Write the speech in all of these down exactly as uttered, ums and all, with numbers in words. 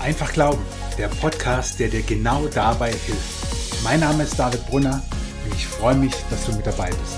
Einfach glauben, der Podcast, der dir genau dabei hilft. Mein Name ist David Brunner und ich freue mich, dass du mit dabei bist.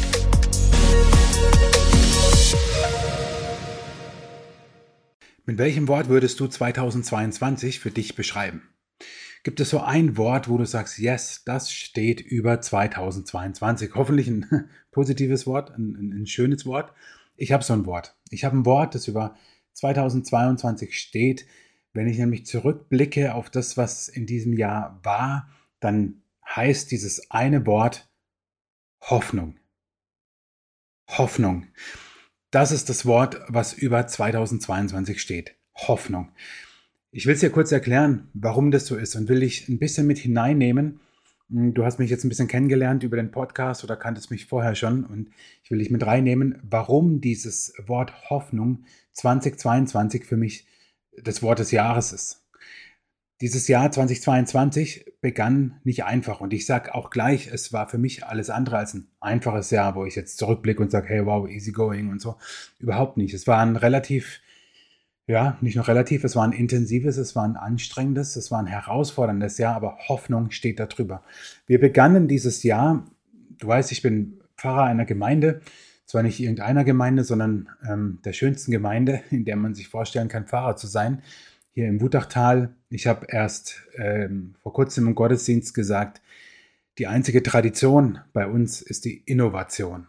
Mit welchem Wort würdest du zweitausendzweiundzwanzig für dich beschreiben? Gibt es so ein Wort, wo du sagst, yes, das steht über zweitausendzweiundzwanzig? Hoffentlich ein positives Wort, ein, ein, ein schönes Wort. Ich habe so ein Wort. Ich habe ein Wort, das über zweitausendzweiundzwanzig steht. Wenn ich nämlich zurückblicke auf das, was in diesem Jahr war, dann heißt dieses eine Wort Hoffnung. Hoffnung. Das ist das Wort, was über zweitausendzweiundzwanzig steht. Hoffnung. Ich will es dir kurz erklären, warum das so ist und will dich ein bisschen mit hineinnehmen. Du hast mich jetzt ein bisschen kennengelernt über den Podcast oder kanntest mich vorher schon und ich will dich mit reinnehmen, warum dieses Wort Hoffnung zweitausendzweiundzwanzig für mich das Wort des Jahres ist. Dieses Jahr zweitausendzweiundzwanzig begann nicht einfach und ich sage auch gleich, es war für mich alles andere als ein einfaches Jahr, wo ich jetzt zurückblicke und sage, hey, wow, easy going und so. Überhaupt nicht. Es war ein relativ, ja, nicht nur relativ, es war ein intensives, es war ein anstrengendes, es war ein herausforderndes Jahr, aber Hoffnung steht da drüber. Wir begannen dieses Jahr, du weißt, ich bin Pfarrer einer Gemeinde, zwar nicht irgendeiner Gemeinde, sondern ähm, der schönsten Gemeinde, in der man sich vorstellen kann, Pfarrer zu sein, hier im Wutachtal. Ich habe erst ähm, vor kurzem im Gottesdienst gesagt, die einzige Tradition bei uns ist die Innovation.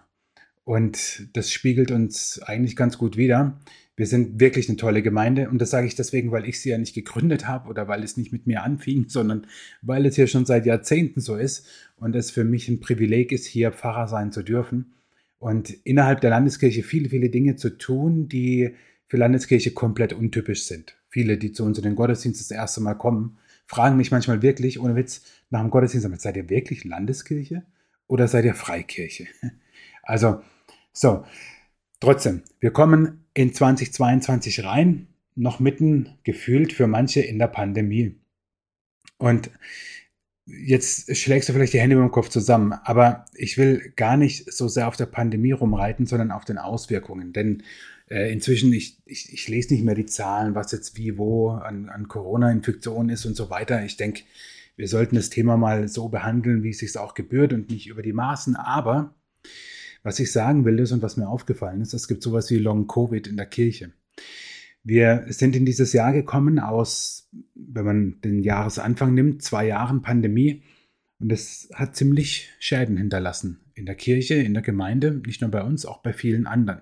Und das spiegelt uns eigentlich ganz gut wider. Wir sind wirklich eine tolle Gemeinde und das sage ich deswegen, weil ich sie ja nicht gegründet habe oder weil es nicht mit mir anfing, sondern weil es hier schon seit Jahrzehnten so ist und es für mich ein Privileg ist, hier Pfarrer sein zu dürfen und innerhalb der Landeskirche viele, viele Dinge zu tun, die für Landeskirche komplett untypisch sind. Viele, die zu uns in den Gottesdienst das erste Mal kommen, fragen mich manchmal wirklich, ohne Witz, nach dem Gottesdienst, seid ihr wirklich Landeskirche oder seid ihr Freikirche? Also, so, trotzdem, wir kommen in zweitausendzweiundzwanzig rein, noch mitten gefühlt für manche in der Pandemie. Und jetzt schlägst du vielleicht die Hände über den Kopf zusammen, aber ich will gar nicht so sehr auf der Pandemie rumreiten, sondern auf den Auswirkungen. Denn äh, inzwischen, ich, ich, ich lese nicht mehr die Zahlen, was jetzt wie wo an, an Corona-Infektionen ist und so weiter. Ich denke, wir sollten das Thema mal so behandeln, wie es sich auch gebührt und nicht über die Maßen. Aber was ich sagen will ist und was mir aufgefallen ist, es gibt sowas wie Long-Covid in der Kirche. Wir sind in dieses Jahr gekommen aus, wenn man den Jahresanfang nimmt, zwei Jahren Pandemie. Und es hat ziemlich Schäden hinterlassen in der Kirche, in der Gemeinde, nicht nur bei uns, auch bei vielen anderen.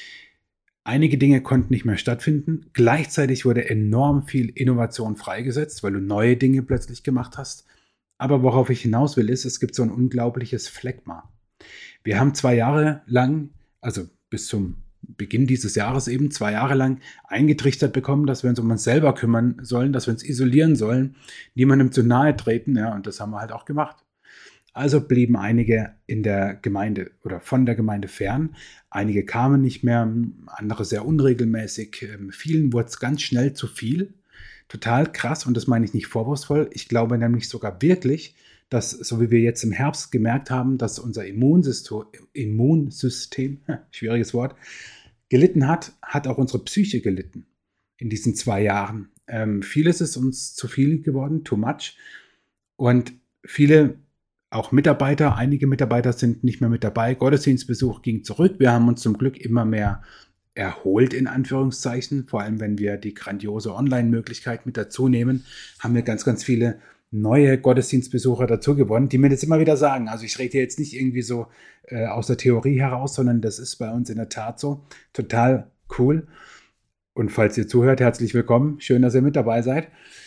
Einige Dinge konnten nicht mehr stattfinden. Gleichzeitig wurde enorm viel Innovation freigesetzt, weil du neue Dinge plötzlich gemacht hast. Aber worauf ich hinaus will, ist, es gibt so ein unglaubliches Phlegma. Wir haben zwei Jahre lang, also bis zum Beginn dieses Jahres eben, zwei Jahre lang eingetrichtert bekommen, dass wir uns um uns selber kümmern sollen, dass wir uns isolieren sollen, niemandem zu nahe treten, ja, und das haben wir halt auch gemacht. Also blieben einige in der Gemeinde oder von der Gemeinde fern. Einige kamen nicht mehr, andere sehr unregelmäßig. Vielen wurde es ganz schnell zu viel. Total krass und das meine ich nicht vorwurfsvoll. Ich glaube nämlich sogar wirklich, dass, so wie wir jetzt im Herbst gemerkt haben, dass unser Immunsystem, Immunsystem, schwieriges Wort, gelitten hat, hat auch unsere Psyche gelitten in diesen zwei Jahren. Ähm, vieles ist uns zu viel geworden, too much. Und viele, auch Mitarbeiter, einige Mitarbeiter sind nicht mehr mit dabei. Gottesdienstbesuch ging zurück. Wir haben uns zum Glück immer mehr erholt, in Anführungszeichen. Vor allem, wenn wir die grandiose Online-Möglichkeit mit dazu nehmen, haben wir ganz, ganz viele neue Gottesdienstbesucher dazu gewonnen, die mir das immer wieder sagen. Also ich rede jetzt nicht irgendwie so äh, aus der Theorie heraus, sondern das ist bei uns in der Tat so. Total cool. Und falls ihr zuhört, herzlich willkommen. Schön, dass ihr mit dabei seid.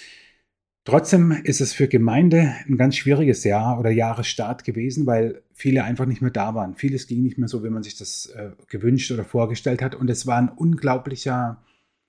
Trotzdem ist es für Gemeinde ein ganz schwieriges Jahr oder Jahresstart gewesen, weil viele einfach nicht mehr da waren. Vieles ging nicht mehr so, wie man sich das äh, gewünscht oder vorgestellt hat. Und es war ein unglaublicher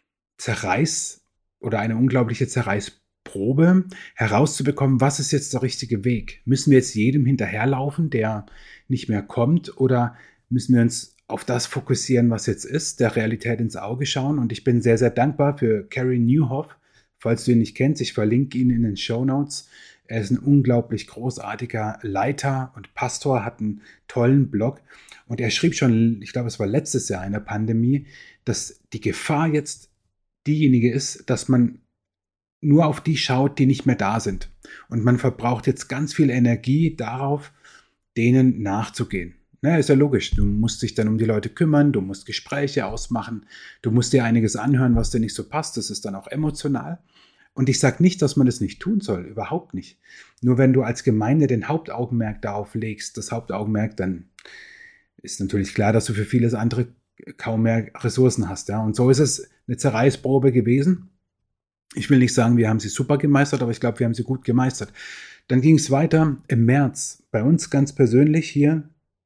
Zerreiß oder eine unglaubliche Zerreißprobe, herauszubekommen, was ist jetzt der richtige Weg? Müssen wir jetzt jedem hinterherlaufen, der nicht mehr kommt, oder müssen wir uns auf das fokussieren, was jetzt ist, der Realität ins Auge schauen? Und ich bin sehr, sehr dankbar für Carey Nieuwhof. Falls du ihn nicht kennst, ich verlinke ihn in den Shownotes. Er ist ein unglaublich großartiger Leiter und Pastor, hat einen tollen Blog. Und er schrieb schon, ich glaube, es war letztes Jahr in der Pandemie, dass die Gefahr jetzt diejenige ist, dass man nur auf die schaut, die nicht mehr da sind. Und man verbraucht jetzt ganz viel Energie darauf, denen nachzugehen. Na, ist ja logisch. Du musst dich dann um die Leute kümmern, du musst Gespräche ausmachen, du musst dir einiges anhören, was dir nicht so passt. Das ist dann auch emotional. Und ich sage nicht, dass man das nicht tun soll, überhaupt nicht. Nur wenn du als Gemeinde den Hauptaugenmerk darauf legst, das Hauptaugenmerk, dann ist natürlich klar, dass du für vieles andere kaum mehr Ressourcen hast. Ja? Und so ist es eine Zerreißprobe gewesen. Ich will nicht sagen, wir haben sie super gemeistert, aber ich glaube, wir haben sie gut gemeistert. Dann ging es weiter im März, bei uns ganz persönlich hier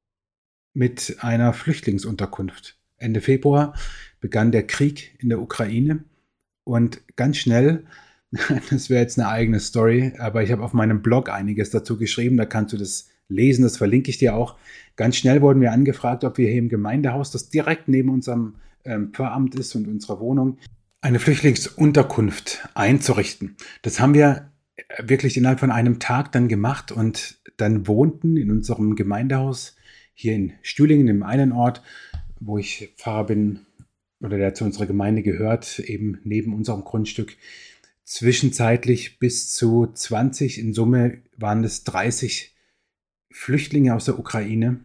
mit einer Flüchtlingsunterkunft. Ende Februar begann der Krieg in der Ukraine und ganz schnell, das wäre jetzt eine eigene Story, aber ich habe auf meinem Blog einiges dazu geschrieben, da kannst du das lesen, das verlinke ich dir auch. Ganz schnell wurden wir angefragt, ob wir hier im Gemeindehaus, das direkt neben unserem ähm, Pfarramt ist und unserer Wohnung, eine Flüchtlingsunterkunft einzurichten. Das haben wir wirklich innerhalb von einem Tag dann gemacht und dann wohnten in unserem Gemeindehaus hier in Stühlingen, im einen Ort, wo ich Pfarrer bin oder der zu unserer Gemeinde gehört, eben neben unserem Grundstück, zwischenzeitlich bis zu zwanzig, in Summe waren es dreißig Flüchtlinge aus der Ukraine.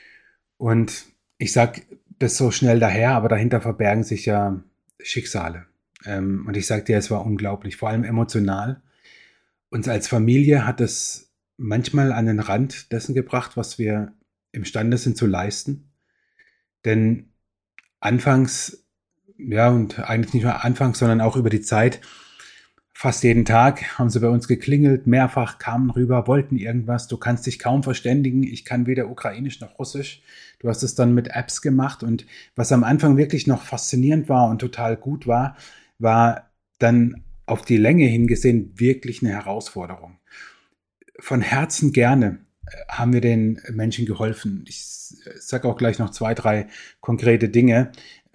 Und ich sage das so schnell daher, aber dahinter verbergen sich ja Schicksale. Ähm, und ich sage dir, es war unglaublich, vor allem emotional. Uns als Familie hat es manchmal an den Rand dessen gebracht, was wir imstande sind zu leisten. Denn anfangs, ja, und eigentlich nicht nur anfangs, sondern auch über die Zeit, fast jeden Tag haben sie bei uns geklingelt, mehrfach kamen rüber, wollten irgendwas. Du kannst dich kaum verständigen. Ich kann weder Ukrainisch noch Russisch. Du hast es dann mit Apps gemacht. Und was am Anfang wirklich noch faszinierend war und total gut war, war dann auf die Länge hingesehen wirklich eine Herausforderung. Von Herzen gerne haben wir den Menschen geholfen. Ich sage auch gleich noch zwei, drei konkrete Dinge.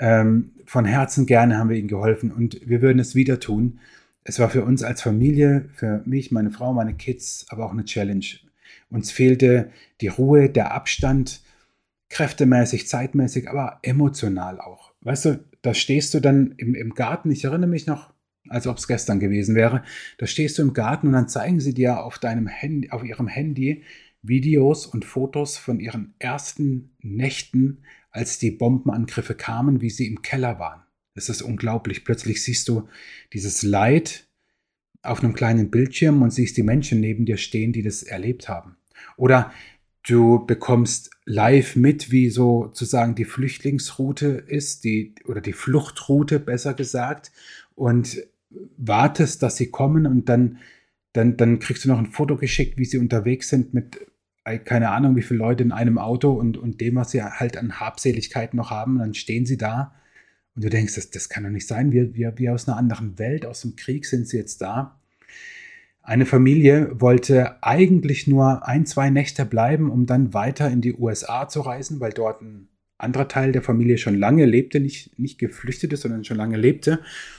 Von Herzen gerne haben wir ihnen geholfen und wir würden es wieder tun. Es war für uns als Familie, für mich, meine Frau, meine Kids, aber auch eine Challenge. Uns fehlte die Ruhe, der Abstand, kräftemäßig, zeitmäßig, aber emotional auch. Weißt du, da stehst du dann im, im Garten, ich erinnere mich noch, als ob es gestern gewesen wäre, da stehst du im Garten und dann zeigen sie dir auf deinem Handy, auf ihrem Handy Videos und Fotos von ihren ersten Nächten, als die Bombenangriffe kamen, wie sie im Keller waren. Das ist unglaublich. Plötzlich siehst du dieses Leid auf einem kleinen Bildschirm und siehst die Menschen neben dir stehen, die das erlebt haben. Oder du bekommst live mit, wie sozusagen die Flüchtlingsroute ist, die, oder die Fluchtroute besser gesagt, und wartest, dass sie kommen und dann, dann, dann kriegst du noch ein Foto geschickt, wie sie unterwegs sind mit keine Ahnung, wie viele Leute in einem Auto und, und dem, was sie halt an Habseligkeiten noch haben. Und dann stehen sie da und du denkst, das, das kann doch nicht sein. Wir, wir, wir aus einer anderen Welt, aus dem Krieg sind sie jetzt da. Eine Familie wollte eigentlich nur ein, zwei Nächte bleiben, um dann weiter in die U S A zu reisen, weil dort ein anderer Teil der Familie schon lange lebte, nicht, nicht geflüchtet ist, sondern schon lange lebte.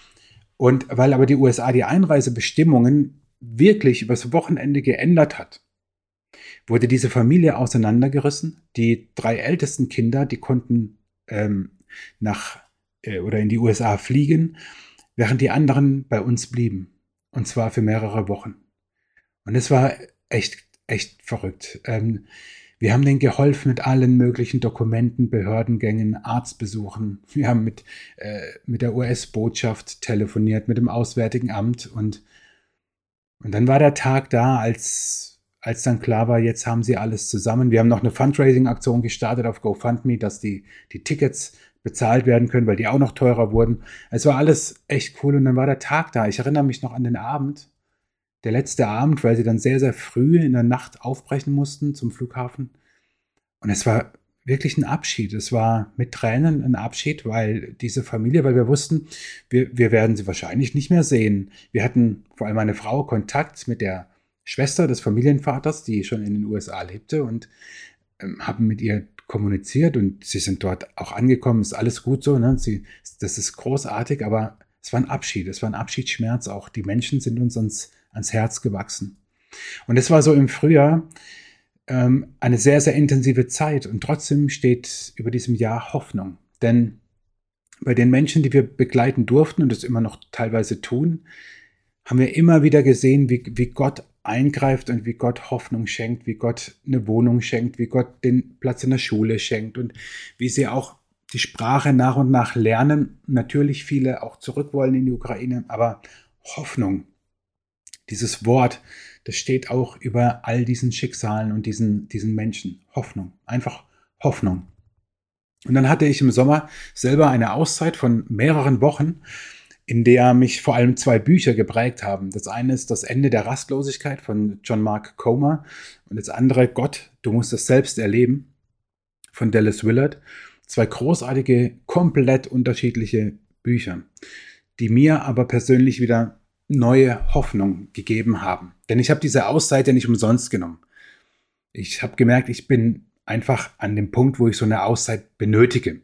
Und weil aber die U S A die Einreisebestimmungen wirklich übers Wochenende geändert hat, wurde diese Familie auseinandergerissen. Die drei ältesten Kinder, die konnten ähm, nach äh, oder in die U S A fliegen, während die anderen bei uns blieben. Und zwar für mehrere Wochen. Und es war echt, echt verrückt. Ähm, wir haben denen geholfen mit allen möglichen Dokumenten, Behördengängen, Arztbesuchen. Wir haben mit, äh, mit der U S-Botschaft telefoniert, mit dem Auswärtigen Amt. Und, und dann war der Tag da, als, als dann klar war, jetzt haben sie alles zusammen. Wir haben noch eine Fundraising-Aktion gestartet auf GoFundMe, dass die, die Tickets bezahlt werden können, weil die auch noch teurer wurden. Es war alles echt cool und dann war der Tag da. Ich erinnere mich noch an den Abend, der letzte Abend, weil sie dann sehr, sehr früh in der Nacht aufbrechen mussten zum Flughafen. Und es war wirklich ein Abschied. Es war mit Tränen ein Abschied, weil diese Familie, weil wir wussten, wir, wir werden sie wahrscheinlich nicht mehr sehen. Wir hatten, vor allem meine Frau, Kontakt mit der Schwester des Familienvaters, die schon in den U S A lebte und ähm, haben mit ihr kommuniziert und sie sind dort auch angekommen, ist alles gut so, ne? Sie, das ist großartig, aber es war ein Abschied, es war ein Abschiedsschmerz auch. Die Menschen sind uns ans, ans Herz gewachsen. Und es war so im Frühjahr ähm, eine sehr, sehr intensive Zeit und trotzdem steht über diesem Jahr Hoffnung. Denn bei den Menschen, die wir begleiten durften und das immer noch teilweise tun, haben wir immer wieder gesehen, wie, wie Gott eingreift und wie Gott Hoffnung schenkt, wie Gott eine Wohnung schenkt, wie Gott den Platz in der Schule schenkt und wie sie auch die Sprache nach und nach lernen. Natürlich viele auch zurück wollen in die Ukraine, aber Hoffnung, dieses Wort, das steht auch über all diesen Schicksalen und diesen, diesen Menschen. Hoffnung, einfach Hoffnung. Und dann hatte ich im Sommer selber eine Auszeit von mehreren Wochen, in der mich vor allem zwei Bücher geprägt haben. Das eine ist Das Ende der Rastlosigkeit von John Mark Comer und das andere Gott, du musst es selbst erleben von Dallas Willard. Zwei großartige, komplett unterschiedliche Bücher, die mir aber persönlich wieder neue Hoffnung gegeben haben. Denn ich habe diese Auszeit ja nicht umsonst genommen. Ich habe gemerkt, ich bin einfach an dem Punkt, wo ich so eine Auszeit benötige.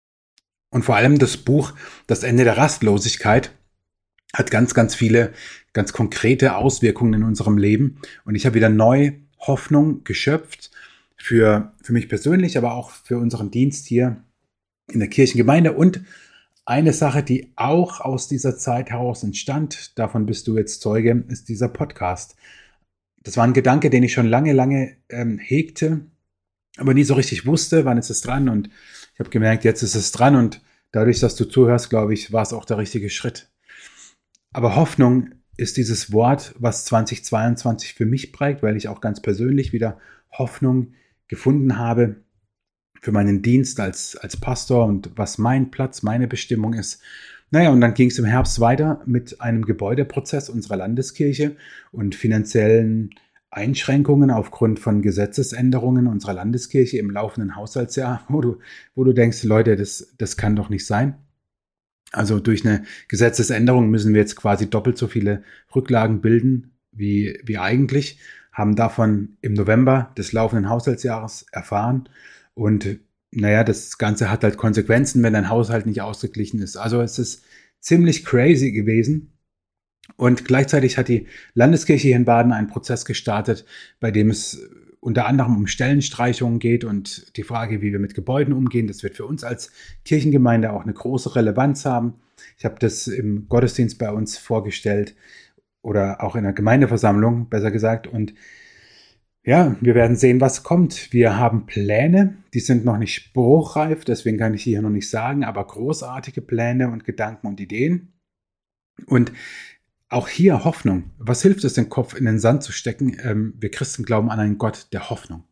Und vor allem das Buch Das Ende der Rastlosigkeit hat ganz, ganz viele ganz konkrete Auswirkungen in unserem Leben. Und ich habe wieder neu Hoffnung geschöpft für, für mich persönlich, aber auch für unseren Dienst hier in der Kirchengemeinde. Und eine Sache, die auch aus dieser Zeit heraus entstand, davon bist du jetzt Zeuge, ist dieser Podcast. Das war ein Gedanke, den ich schon lange, lange ähm, hegte, aber nie so richtig wusste, wann ist es dran. Und ich habe gemerkt, jetzt ist es dran. Und dadurch, dass du zuhörst, glaube ich, war es auch der richtige Schritt. Aber Hoffnung ist dieses Wort, was zweitausendzweiundzwanzig für mich prägt, weil ich auch ganz persönlich wieder Hoffnung gefunden habe für meinen Dienst als, als Pastor und was mein Platz, meine Bestimmung ist. Naja, und dann ging es im Herbst weiter mit einem Gebäudeprozess unserer Landeskirche und finanziellen Einschränkungen aufgrund von Gesetzesänderungen unserer Landeskirche im laufenden Haushaltsjahr, wo du, wo du denkst, Leute, das, das kann doch nicht sein. Also durch eine Gesetzesänderung müssen wir jetzt quasi doppelt so viele Rücklagen bilden wie, wie eigentlich, haben davon im November des laufenden Haushaltsjahres erfahren. Und naja, das Ganze hat halt Konsequenzen, wenn dein Haushalt nicht ausgeglichen ist. Also es ist ziemlich crazy gewesen. Und gleichzeitig hat die Landeskirche hier in Baden einen Prozess gestartet, bei dem es unter anderem um Stellenstreichungen geht und die Frage, wie wir mit Gebäuden umgehen. Das wird für uns als Kirchengemeinde auch eine große Relevanz haben. Ich habe das im Gottesdienst bei uns vorgestellt oder auch in der Gemeindeversammlung, besser gesagt. Und ja, wir werden sehen, was kommt. Wir haben Pläne, die sind noch nicht spruchreif, deswegen kann ich hier noch nicht sagen, aber großartige Pläne und Gedanken und Ideen. Und auch hier Hoffnung. Was hilft es, den Kopf in den Sand zu stecken? Ähm, wir Christen glauben an einen Gott der Hoffnung.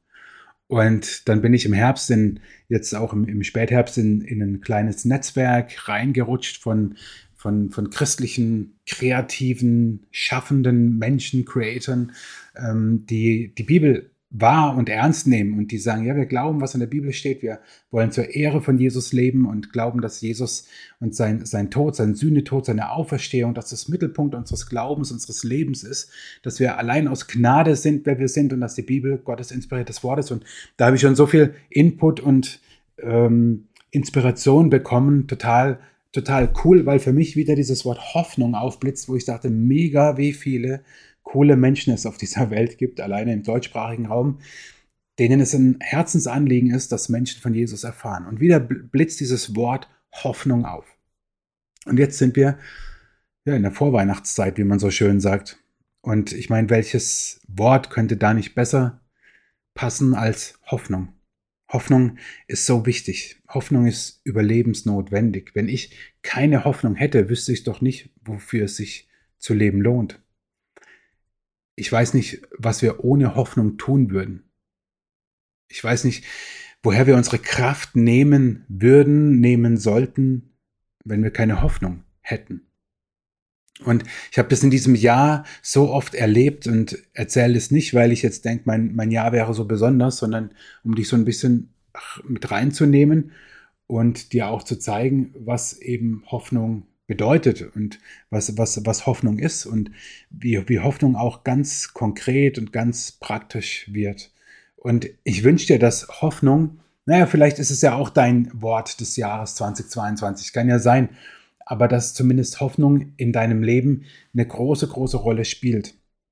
Und dann bin ich im Herbst, in, jetzt auch im, im Spätherbst, in, in ein kleines Netzwerk reingerutscht von, von, von christlichen, kreativen, schaffenden Menschen, Creatoren, ähm, die die Bibel wahr und ernst nehmen und die sagen, ja, wir glauben, was in der Bibel steht, wir wollen zur Ehre von Jesus leben und glauben, dass Jesus und sein, sein Tod, sein Sühnetod, seine Auferstehung, dass das Mittelpunkt unseres Glaubens, unseres Lebens ist, dass wir allein aus Gnade sind, wer wir sind und dass die Bibel Gottes inspiriertes Wort ist. Und da habe ich schon so viel Input und ähm, Inspiration bekommen, total, total cool, weil für mich wieder dieses Wort Hoffnung aufblitzt, wo ich dachte, mega, wie viele coole Menschen es auf dieser Welt gibt, alleine im deutschsprachigen Raum, denen es ein Herzensanliegen ist, dass Menschen von Jesus erfahren. Und wieder blitzt dieses Wort Hoffnung auf. Und jetzt sind wir ja in der Vorweihnachtszeit, wie man so schön sagt. Und ich meine, welches Wort könnte da nicht besser passen als Hoffnung? Hoffnung ist so wichtig. Hoffnung ist überlebensnotwendig. Wenn ich keine Hoffnung hätte, wüsste ich doch nicht, wofür es sich zu leben lohnt. Ich weiß nicht, was wir ohne Hoffnung tun würden. Ich weiß nicht, woher wir unsere Kraft nehmen würden, nehmen sollten, wenn wir keine Hoffnung hätten. Und ich habe das in diesem Jahr so oft erlebt und erzähle es nicht, weil ich jetzt denke, mein, mein Jahr wäre so besonders, sondern um dich so ein bisschen mit reinzunehmen und dir auch zu zeigen, was eben Hoffnung bedeutet und was, was, was Hoffnung ist und wie, wie Hoffnung auch ganz konkret und ganz praktisch wird. Und ich wünsche dir, dass Hoffnung, naja, vielleicht ist es ja auch dein Wort des Jahres zweitausendzweiundzwanzig, kann ja sein, aber dass zumindest Hoffnung in deinem Leben eine große, große Rolle spielt.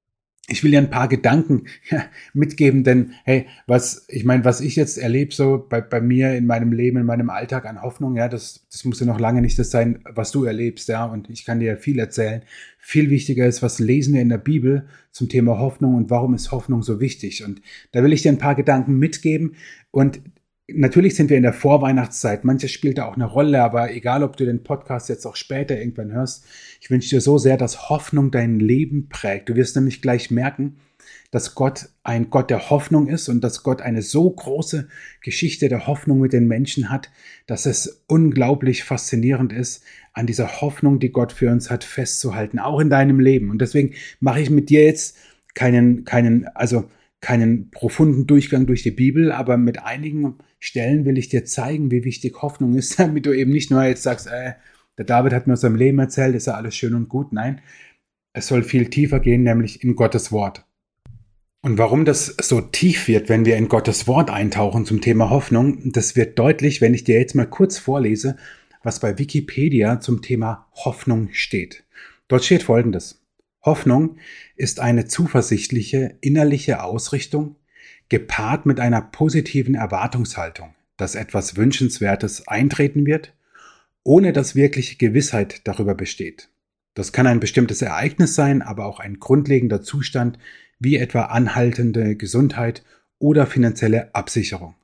Ich will dir ein paar Gedanken ja, mitgeben, denn hey, was ich meine, was ich jetzt erlebe so bei, bei mir in meinem Leben, in meinem Alltag an Hoffnung, ja, das, das muss ja noch lange nicht das sein, was du erlebst, ja, und ich kann dir viel erzählen. Viel wichtiger ist, was lesen wir in der Bibel zum Thema Hoffnung und warum ist Hoffnung so wichtig? Und da will ich dir ein paar Gedanken mitgeben und natürlich sind wir in der Vorweihnachtszeit. Manches spielt da auch eine Rolle, aber egal, ob du den Podcast jetzt auch später irgendwann hörst, ich wünsche dir so sehr, dass Hoffnung dein Leben prägt. Du wirst nämlich gleich merken, dass Gott ein Gott der Hoffnung ist und dass Gott eine so große Geschichte der Hoffnung mit den Menschen hat, dass es unglaublich faszinierend ist, an dieser Hoffnung, die Gott für uns hat, festzuhalten, auch in deinem Leben. Und deswegen mache ich mit dir jetzt keinen, keinen, also keinen profunden Durchgang durch die Bibel, aber mit einigen Stellen will ich dir zeigen, wie wichtig Hoffnung ist, damit du eben nicht nur jetzt sagst, äh, der David hat mir aus seinem Leben erzählt, ist ja alles schön und gut. Nein, es soll viel tiefer gehen, nämlich in Gottes Wort. Und warum das so tief wird, wenn wir in Gottes Wort eintauchen zum Thema Hoffnung, das wird deutlich, wenn ich dir jetzt mal kurz vorlese, was bei Wikipedia zum Thema Hoffnung steht. Dort steht Folgendes. Hoffnung ist eine zuversichtliche innerliche Ausrichtung, gepaart mit einer positiven Erwartungshaltung, dass etwas Wünschenswertes eintreten wird, ohne dass wirkliche Gewissheit darüber besteht. Das kann ein bestimmtes Ereignis sein, aber auch ein grundlegender Zustand, wie etwa anhaltende Gesundheit oder finanzielle Absicherung.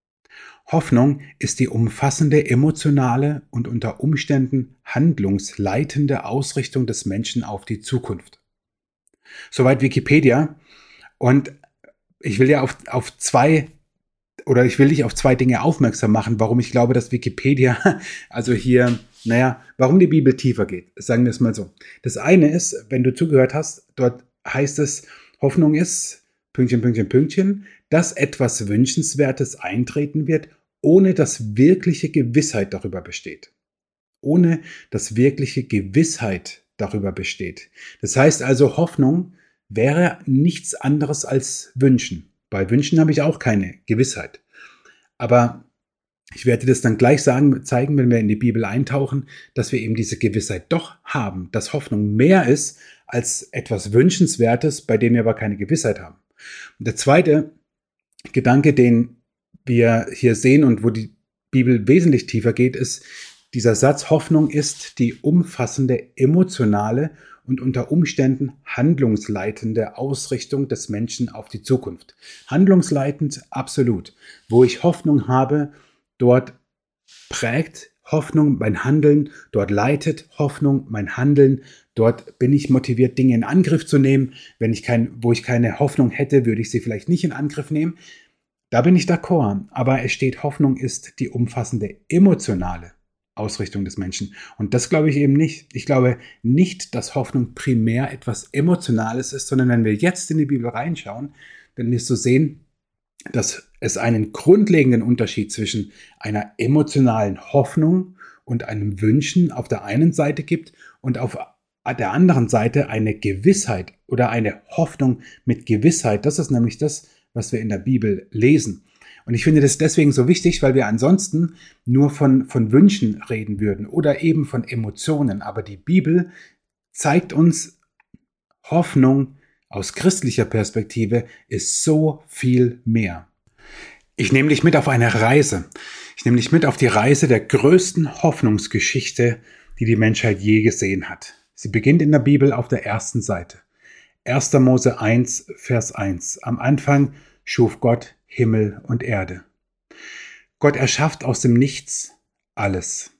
Hoffnung ist die umfassende emotionale und unter Umständen handlungsleitende Ausrichtung des Menschen auf die Zukunft. Soweit Wikipedia. Und ich will ja auf, auf zwei oder ich will dich auf zwei Dinge aufmerksam machen, warum ich glaube, dass Wikipedia, also hier, naja, warum die Bibel tiefer geht. Sagen wir es mal so. Das eine ist, wenn du zugehört hast, dort heißt es, Hoffnung ist, Pünktchen, Pünktchen, Pünktchen, dass etwas Wünschenswertes eintreten wird, ohne dass wirkliche Gewissheit darüber besteht. Ohne dass wirkliche Gewissheit darüber besteht. Das heißt also, Hoffnung wäre nichts anderes als Wünschen. Bei Wünschen habe ich auch keine Gewissheit. Aber ich werde das dann gleich sagen, zeigen, wenn wir in die Bibel eintauchen, dass wir eben diese Gewissheit doch haben, dass Hoffnung mehr ist als etwas Wünschenswertes, bei dem wir aber keine Gewissheit haben. Und der zweite Gedanke, den wir hier sehen und wo die Bibel wesentlich tiefer geht, ist dieser Satz, Hoffnung ist die umfassende emotionale und unter Umständen handlungsleitende Ausrichtung des Menschen auf die Zukunft. Handlungsleitend, absolut. Wo ich Hoffnung habe, dort prägt Hoffnung mein Handeln, dort leitet Hoffnung mein Handeln, dort bin ich motiviert, Dinge in Angriff zu nehmen. Wenn ich kein, wo ich keine Hoffnung hätte, würde ich sie vielleicht nicht in Angriff nehmen. Da bin ich d'accord, aber es steht, Hoffnung ist die umfassende emotionale Ausrichtung des Menschen. Und das glaube ich eben nicht. Ich glaube nicht, dass Hoffnung primär etwas Emotionales ist, sondern wenn wir jetzt in die Bibel reinschauen, dann wirst du sehen, dass es einen grundlegenden Unterschied zwischen einer emotionalen Hoffnung und einem Wünschen auf der einen Seite gibt und auf der anderen Seite eine Gewissheit oder eine Hoffnung mit Gewissheit. Das ist nämlich das, was wir in der Bibel lesen. Und ich finde das deswegen so wichtig, weil wir ansonsten nur von, von Wünschen reden würden oder eben von Emotionen. Aber die Bibel zeigt uns, Hoffnung aus christlicher Perspektive ist so viel mehr. Ich nehme dich mit auf eine Reise. Ich nehme dich mit auf die Reise der größten Hoffnungsgeschichte, die die Menschheit je gesehen hat. Sie beginnt in der Bibel auf der ersten Seite. erster Mose eins, Vers eins. Am Anfang schuf Gott Himmel und Erde. Gott erschafft aus dem Nichts alles.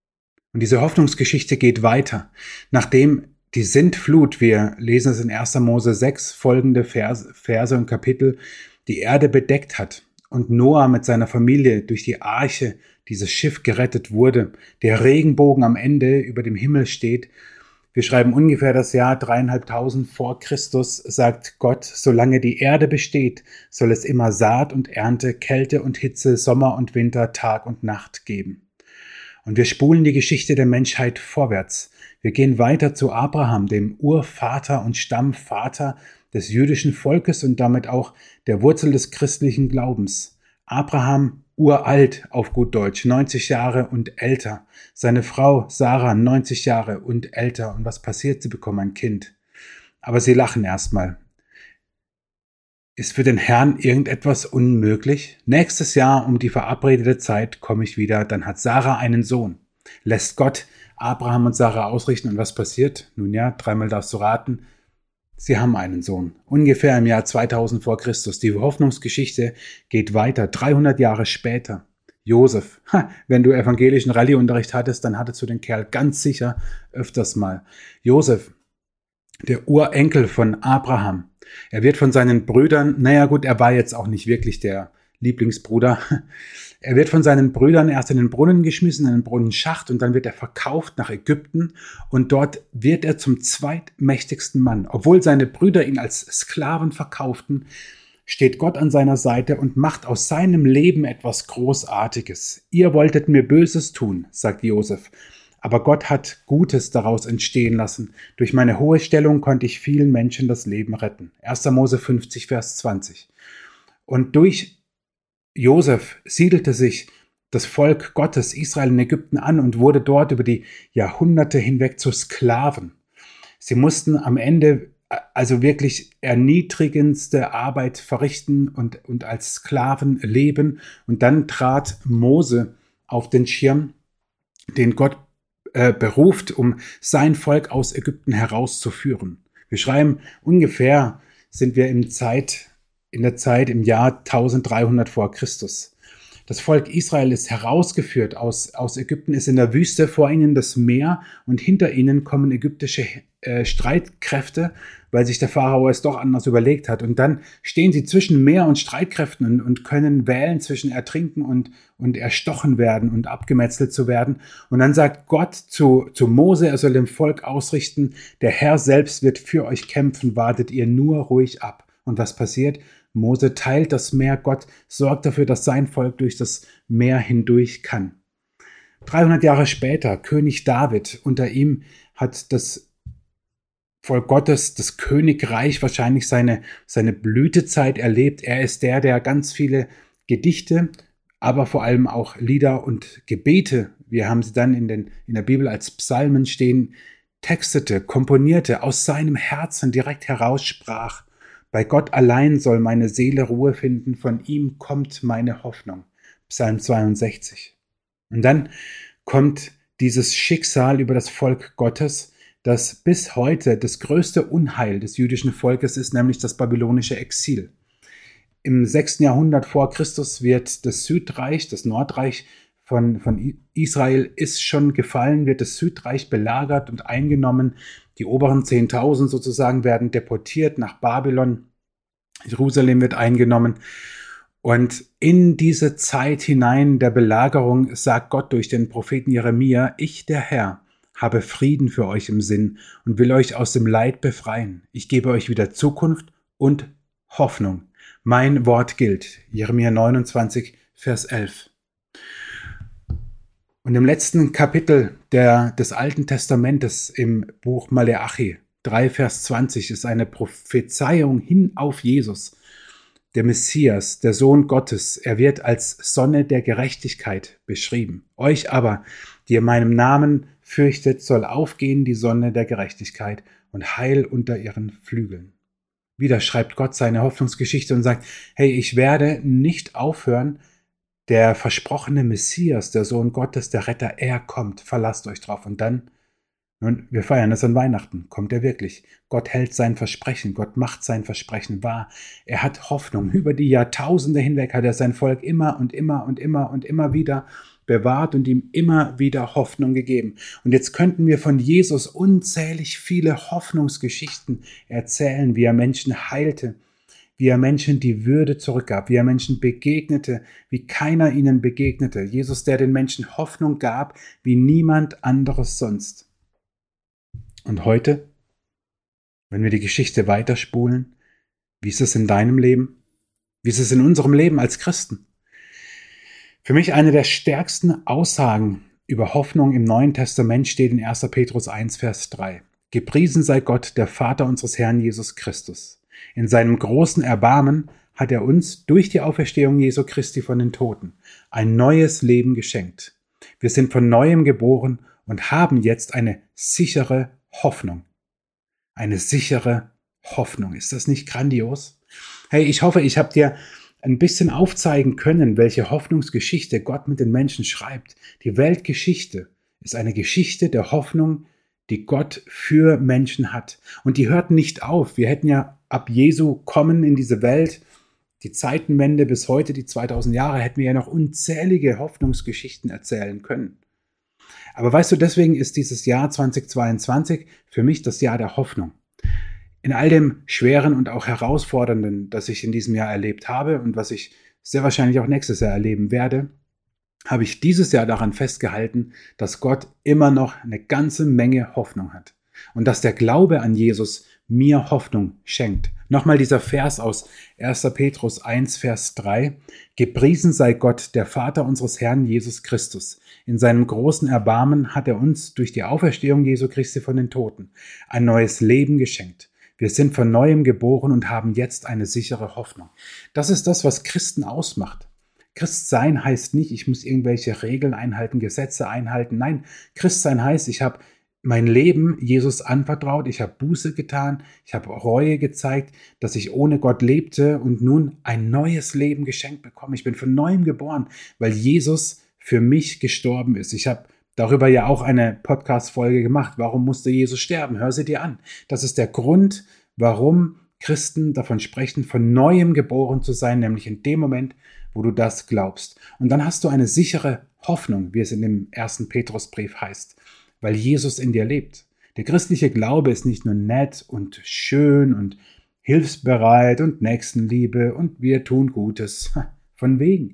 Und diese Hoffnungsgeschichte geht weiter. Nachdem die Sintflut, wir lesen es in erster Mose sechs, folgende Verse, Verse und Kapitel, die Erde bedeckt hat und Noah mit seiner Familie durch die Arche, dieses Schiff, gerettet wurde, der Regenbogen am Ende über dem Himmel steht. Wir schreiben ungefähr das Jahr dreieinhalbtausend vor Christus, sagt Gott, solange die Erde besteht, soll es immer Saat und Ernte, Kälte und Hitze, Sommer und Winter, Tag und Nacht geben. Und wir spulen die Geschichte der Menschheit vorwärts. Wir gehen weiter zu Abraham, dem Urvater und Stammvater des jüdischen Volkes und damit auch der Wurzel des christlichen Glaubens. Abraham, uralt auf gut Deutsch, neunzig Jahre und älter. Seine Frau Sarah, neunzig Jahre und älter. Und was passiert? Sie bekommen ein Kind. Aber sie lachen erstmal. Ist für den Herrn irgendetwas unmöglich? Nächstes Jahr um die verabredete Zeit komme ich wieder, dann hat Sarah einen Sohn. Lässt Gott Abraham und Sarah ausrichten und was passiert? Nun ja, dreimal darfst du raten. Sie haben einen Sohn. Ungefähr im Jahr zweitausend vor Christus. Die Hoffnungsgeschichte geht weiter, dreihundert Jahre später. Josef. Ha, wenn du evangelischen Rallyeunterricht hattest, dann hattest du den Kerl ganz sicher öfters mal. Josef, der Urenkel von Abraham. Er wird von seinen Brüdern, naja gut, er war jetzt auch nicht wirklich der Lieblingsbruder. Er wird von seinen Brüdern erst in den Brunnen geschmissen, in den Brunnenschacht, und dann wird er verkauft nach Ägypten und dort wird er zum zweitmächtigsten Mann. Obwohl seine Brüder ihn als Sklaven verkauften, steht Gott an seiner Seite und macht aus seinem Leben etwas Großartiges. Ihr wolltet mir Böses tun, sagt Josef, aber Gott hat Gutes daraus entstehen lassen. Durch meine hohe Stellung konnte ich vielen Menschen das Leben retten. erster Mose fünfzig, Vers zwanzig. Und durch Josef siedelte sich das Volk Gottes, Israel, in Ägypten an und wurde dort über die Jahrhunderte hinweg zu Sklaven. Sie mussten am Ende also wirklich erniedrigendste Arbeit verrichten und, und als Sklaven leben. Und dann trat Mose auf den Schirm, den Gott äh, beruft, um sein Volk aus Ägypten herauszuführen. Wir schreiben, ungefähr sind wir im Zeit, in der Zeit im Jahr eintausenddreihundert vor Christus. Das Volk Israel ist herausgeführt aus, aus Ägypten, ist in der Wüste, vor ihnen das Meer und hinter ihnen kommen ägyptische äh, Streitkräfte, weil sich der Pharao es doch anders überlegt hat. Und dann stehen sie zwischen Meer und Streitkräften und, und können wählen zwischen Ertrinken und, und erstochen werden und abgemetzelt zu werden. Und dann sagt Gott zu, zu Mose, er soll dem Volk ausrichten, der Herr selbst wird für euch kämpfen, wartet ihr nur ruhig ab. Und was passiert? Mose teilt das Meer, Gott sorgt dafür, dass sein Volk durch das Meer hindurch kann. dreihundert Jahre später, König David, unter ihm hat das Volk Gottes, das Königreich, wahrscheinlich seine, seine Blütezeit erlebt. Er ist der, der ganz viele Gedichte, aber vor allem auch Lieder und Gebete, wir haben sie dann in, den, in der Bibel als Psalmen stehen, textete, komponierte, aus seinem Herzen direkt heraussprach. Bei Gott allein soll meine Seele Ruhe finden, von ihm kommt meine Hoffnung. Psalm zweiundsechzig. Und dann kommt dieses Schicksal über das Volk Gottes, das bis heute das größte Unheil des jüdischen Volkes ist, nämlich das babylonische Exil. Im sechsten Jahrhundert vor Christus wird das Südreich, das Nordreich von, von Israel ist schon gefallen, wird das Südreich belagert und eingenommen. Die oberen zehntausend sozusagen werden deportiert nach Babylon. Jerusalem wird eingenommen. Und in diese Zeit hinein der Belagerung sagt Gott durch den Propheten Jeremia, ich, der Herr, habe Frieden für euch im Sinn und will euch aus dem Leid befreien. Ich gebe euch wieder Zukunft und Hoffnung. Mein Wort gilt. Jeremia neunundzwanzig, Vers elf. Und im letzten Kapitel der, des Alten Testamentes im Buch Maleachi, drei Vers zwanzig, ist eine Prophezeiung hin auf Jesus, der Messias, der Sohn Gottes. Er wird als Sonne der Gerechtigkeit beschrieben. Euch aber, die ihr meinem Namen fürchtet, soll aufgehen die Sonne der Gerechtigkeit und Heil unter ihren Flügeln. Wieder schreibt Gott seine Hoffnungsgeschichte und sagt, hey, ich werde nicht aufhören, der versprochene Messias, der Sohn Gottes, der Retter, er kommt, verlasst euch drauf. Und dann, nun, wir feiern das an Weihnachten, kommt er wirklich. Gott hält sein Versprechen, Gott macht sein Versprechen wahr. Er hat Hoffnung. Über die Jahrtausende hinweg hat er sein Volk immer und immer und immer und immer wieder bewahrt und ihm immer wieder Hoffnung gegeben. Und jetzt könnten wir von Jesus unzählig viele Hoffnungsgeschichten erzählen, wie er Menschen heilte, wie er Menschen die Würde zurückgab, wie er Menschen begegnete, wie keiner ihnen begegnete. Jesus, der den Menschen Hoffnung gab, wie niemand anderes sonst. Und heute, wenn wir die Geschichte weiterspulen, wie ist es in deinem Leben? Wie ist es in unserem Leben als Christen? Für mich eine der stärksten Aussagen über Hoffnung im Neuen Testament steht in erster Petrus eins, Vers drei. Gepriesen sei Gott, der Vater unseres Herrn Jesus Christus. In seinem großen Erbarmen hat er uns durch die Auferstehung Jesu Christi von den Toten ein neues Leben geschenkt. Wir sind von Neuem geboren und haben jetzt eine sichere Hoffnung. Eine sichere Hoffnung. Ist das nicht grandios? Hey, ich hoffe, ich habe dir ein bisschen aufzeigen können, welche Hoffnungsgeschichte Gott mit den Menschen schreibt. Die Weltgeschichte ist eine Geschichte der Hoffnung, die Gott für Menschen hat. Und die hört nicht auf. Wir hätten ja ab Jesu Kommen in diese Welt, die Zeitenwende bis heute, die zweitausend Jahre, hätten wir ja noch unzählige Hoffnungsgeschichten erzählen können. Aber weißt du, deswegen ist dieses Jahr zweitausendzweiundzwanzig für mich das Jahr der Hoffnung. In all dem Schweren und auch Herausfordernden, das ich in diesem Jahr erlebt habe und was ich sehr wahrscheinlich auch nächstes Jahr erleben werde, habe ich dieses Jahr daran festgehalten, dass Gott immer noch eine ganze Menge Hoffnung hat und dass der Glaube an Jesus mir Hoffnung schenkt. Nochmal dieser Vers aus erster Petrus eins, Vers drei. Gepriesen sei Gott, der Vater unseres Herrn Jesus Christus. In seinem großen Erbarmen hat er uns durch die Auferstehung Jesu Christi von den Toten ein neues Leben geschenkt. Wir sind von Neuem geboren und haben jetzt eine sichere Hoffnung. Das ist das, was Christen ausmacht. Christsein heißt nicht, ich muss irgendwelche Regeln einhalten, Gesetze einhalten. Nein, Christsein heißt, ich habe mein Leben Jesus anvertraut, ich habe Buße getan, ich habe Reue gezeigt, dass ich ohne Gott lebte und nun ein neues Leben geschenkt bekomme. Ich bin von Neuem geboren, weil Jesus für mich gestorben ist. Ich habe darüber ja auch eine Podcast-Folge gemacht. Warum musste Jesus sterben? Hör sie dir an. Das ist der Grund, warum Christen davon sprechen, von Neuem geboren zu sein, nämlich in dem Moment, wo du das glaubst. Und dann hast du eine sichere Hoffnung, wie es in dem ersten Petrusbrief heißt, weil Jesus in dir lebt. Der christliche Glaube ist nicht nur nett und schön und hilfsbereit und Nächstenliebe und wir tun Gutes. Von wegen.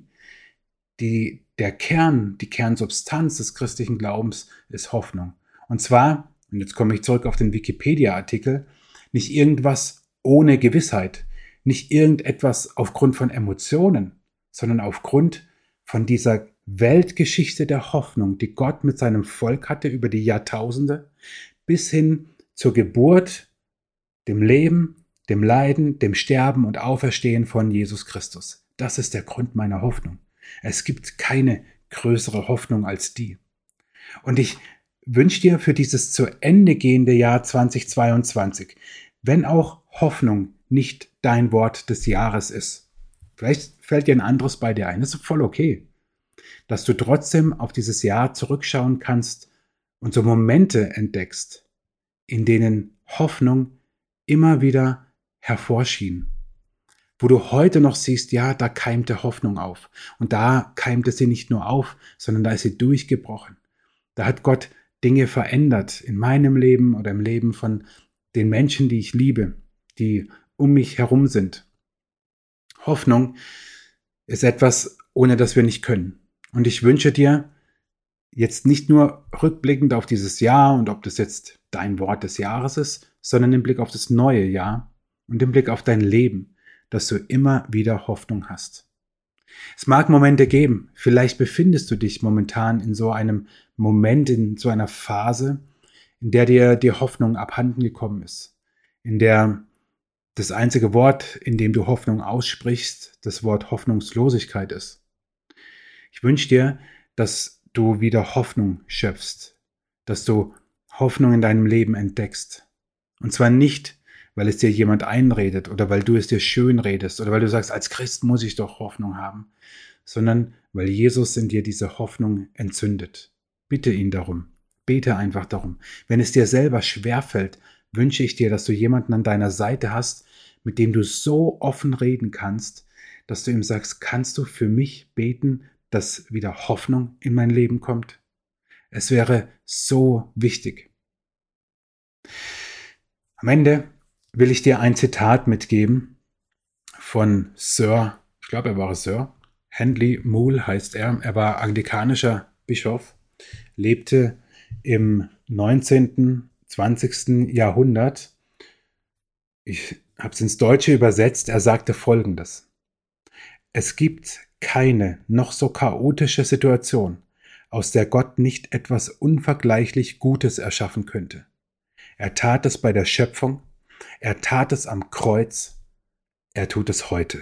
Die, der Kern, die Kernsubstanz des christlichen Glaubens ist Hoffnung. Und zwar, und jetzt komme ich zurück auf den Wikipedia-Artikel, nicht irgendwas ohne Gewissheit, nicht irgendetwas aufgrund von Emotionen, sondern aufgrund von dieser Weltgeschichte der Hoffnung, die Gott mit seinem Volk hatte über die Jahrtausende, bis hin zur Geburt, dem Leben, dem Leiden, dem Sterben und Auferstehen von Jesus Christus. Das ist der Grund meiner Hoffnung. Es gibt keine größere Hoffnung als die. Und ich wünsche dir für dieses zu Ende gehende Jahr zweitausendzweiundzwanzig, wenn auch Hoffnung nicht dein Wort des Jahres ist, vielleicht fällt dir ein anderes bei dir ein, das ist voll okay, dass du trotzdem auf dieses Jahr zurückschauen kannst und so Momente entdeckst, in denen Hoffnung immer wieder hervorschien. Wo du heute noch siehst, ja, da keimte Hoffnung auf. Und da keimte sie nicht nur auf, sondern da ist sie durchgebrochen. Da hat Gott Dinge verändert in meinem Leben oder im Leben von den Menschen, die ich liebe, die um mich herum sind. Hoffnung ist etwas, ohne das wir nicht können. Und ich wünsche dir jetzt nicht nur rückblickend auf dieses Jahr und ob das jetzt dein Wort des Jahres ist, sondern im Blick auf das neue Jahr und im Blick auf dein Leben, dass du immer wieder Hoffnung hast. Es mag Momente geben, vielleicht befindest du dich momentan in so einem Moment, in so einer Phase, in der dir die Hoffnung abhanden gekommen ist, in der das einzige Wort, in dem du Hoffnung aussprichst, das Wort Hoffnungslosigkeit ist. Ich wünsche dir, dass du wieder Hoffnung schöpfst, dass du Hoffnung in deinem Leben entdeckst. Und zwar nicht, weil es dir jemand einredet oder weil du es dir schön redest oder weil du sagst, als Christ muss ich doch Hoffnung haben, sondern weil Jesus in dir diese Hoffnung entzündet. Bitte ihn darum, bete einfach darum. Wenn es dir selber schwerfällt, wünsche ich dir, dass du jemanden an deiner Seite hast, mit dem du so offen reden kannst, dass du ihm sagst, kannst du für mich beten, dass wieder Hoffnung in mein Leben kommt? Es wäre so wichtig. Am Ende will ich dir ein Zitat mitgeben von Sir, ich glaube, er war Sir, Handley Moule heißt er. Er war anglikanischer Bischof, lebte im neunzehnten, zwanzigsten Jahrhundert. Ich habe es ins Deutsche übersetzt. Er sagte Folgendes: Es gibt keine noch so chaotische Situation, aus der Gott nicht etwas unvergleichlich Gutes erschaffen könnte. Er tat es bei der Schöpfung, er tat es am Kreuz, er tut es heute.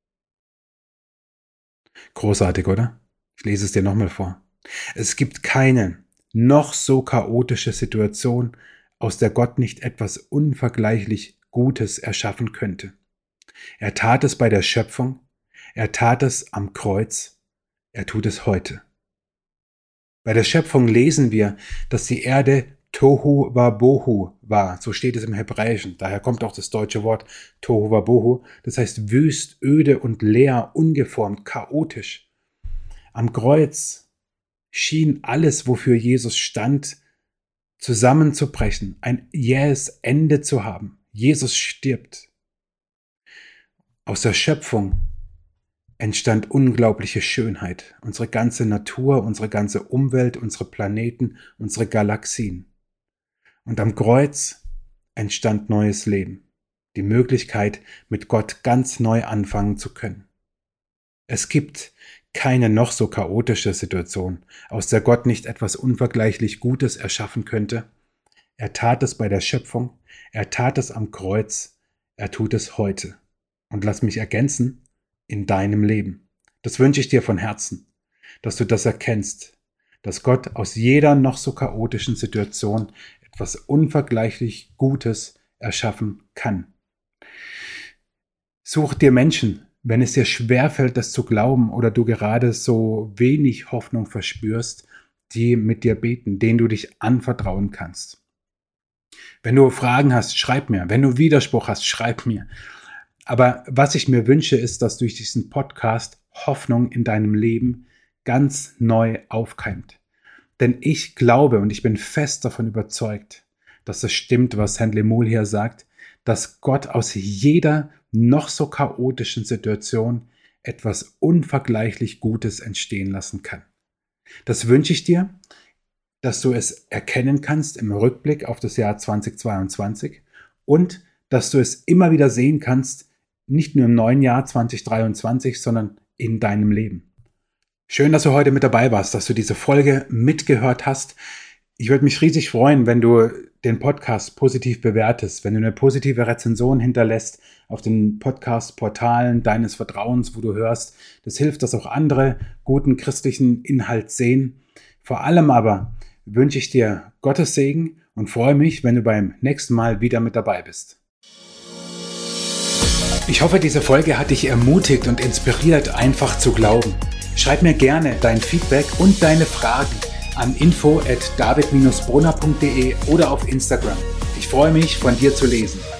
Großartig, oder? Ich lese es dir nochmal vor. Es gibt keine noch so chaotische Situation, aus der Gott nicht etwas unvergleichlich Gutes erschaffen könnte. Er tat es bei der Schöpfung, er tat es am Kreuz, er tut es heute. Bei der Schöpfung lesen wir, dass die Erde Tohu Wabohu war, so steht es im Hebräischen, daher kommt auch das deutsche Wort Tohu Wabohu, das heißt wüst, öde und leer, ungeformt, chaotisch. Am Kreuz schien alles, wofür Jesus stand, zusammenzubrechen, ein jähes Ende zu haben. Jesus stirbt. Aus der Schöpfung entstand unglaubliche Schönheit. Unsere ganze Natur, unsere ganze Umwelt, unsere Planeten, unsere Galaxien. Und am Kreuz entstand neues Leben. Die Möglichkeit, mit Gott ganz neu anfangen zu können. Es gibt keine noch so chaotische Situation, aus der Gott nicht etwas unvergleichlich Gutes erschaffen könnte. Er tat es bei der Schöpfung, er tat es am Kreuz, er tut es heute. Und lass mich ergänzen, in deinem Leben. Das wünsche ich dir von Herzen, dass du das erkennst, dass Gott aus jeder noch so chaotischen Situation etwas unvergleichlich Gutes erschaffen kann. Such dir Menschen, wenn es dir schwerfällt, das zu glauben oder du gerade so wenig Hoffnung verspürst, die mit dir beten, denen du dich anvertrauen kannst. Wenn du Fragen hast, schreib mir. Wenn du Widerspruch hast, schreib mir. Aber was ich mir wünsche, ist, dass durch diesen Podcast Hoffnung in deinem Leben ganz neu aufkeimt. Denn ich glaube und ich bin fest davon überzeugt, dass es stimmt, was Handley Moule hier sagt, dass Gott aus jeder noch so chaotischen Situation etwas unvergleichlich Gutes entstehen lassen kann. Das wünsche ich dir, dass du es erkennen kannst im Rückblick auf das Jahr zweitausendzweiundzwanzig und dass du es immer wieder sehen kannst, nicht nur im neuen Jahr zweitausenddreiundzwanzig, sondern in deinem Leben. Schön, dass du heute mit dabei warst, dass du diese Folge mitgehört hast. Ich würde mich riesig freuen, wenn du den Podcast positiv bewertest, wenn du eine positive Rezension hinterlässt auf den Podcast-Portalen deines Vertrauens, wo du hörst. Das hilft, dass auch andere guten christlichen Inhalt sehen. Vor allem aber wünsche ich dir Gottes Segen und freue mich, wenn du beim nächsten Mal wieder mit dabei bist. Ich hoffe, diese Folge hat dich ermutigt und inspiriert, einfach zu glauben. Schreib mir gerne dein Feedback und deine Fragen an info at david dash brunner punkt de oder auf Instagram. Ich freue mich, von dir zu lesen.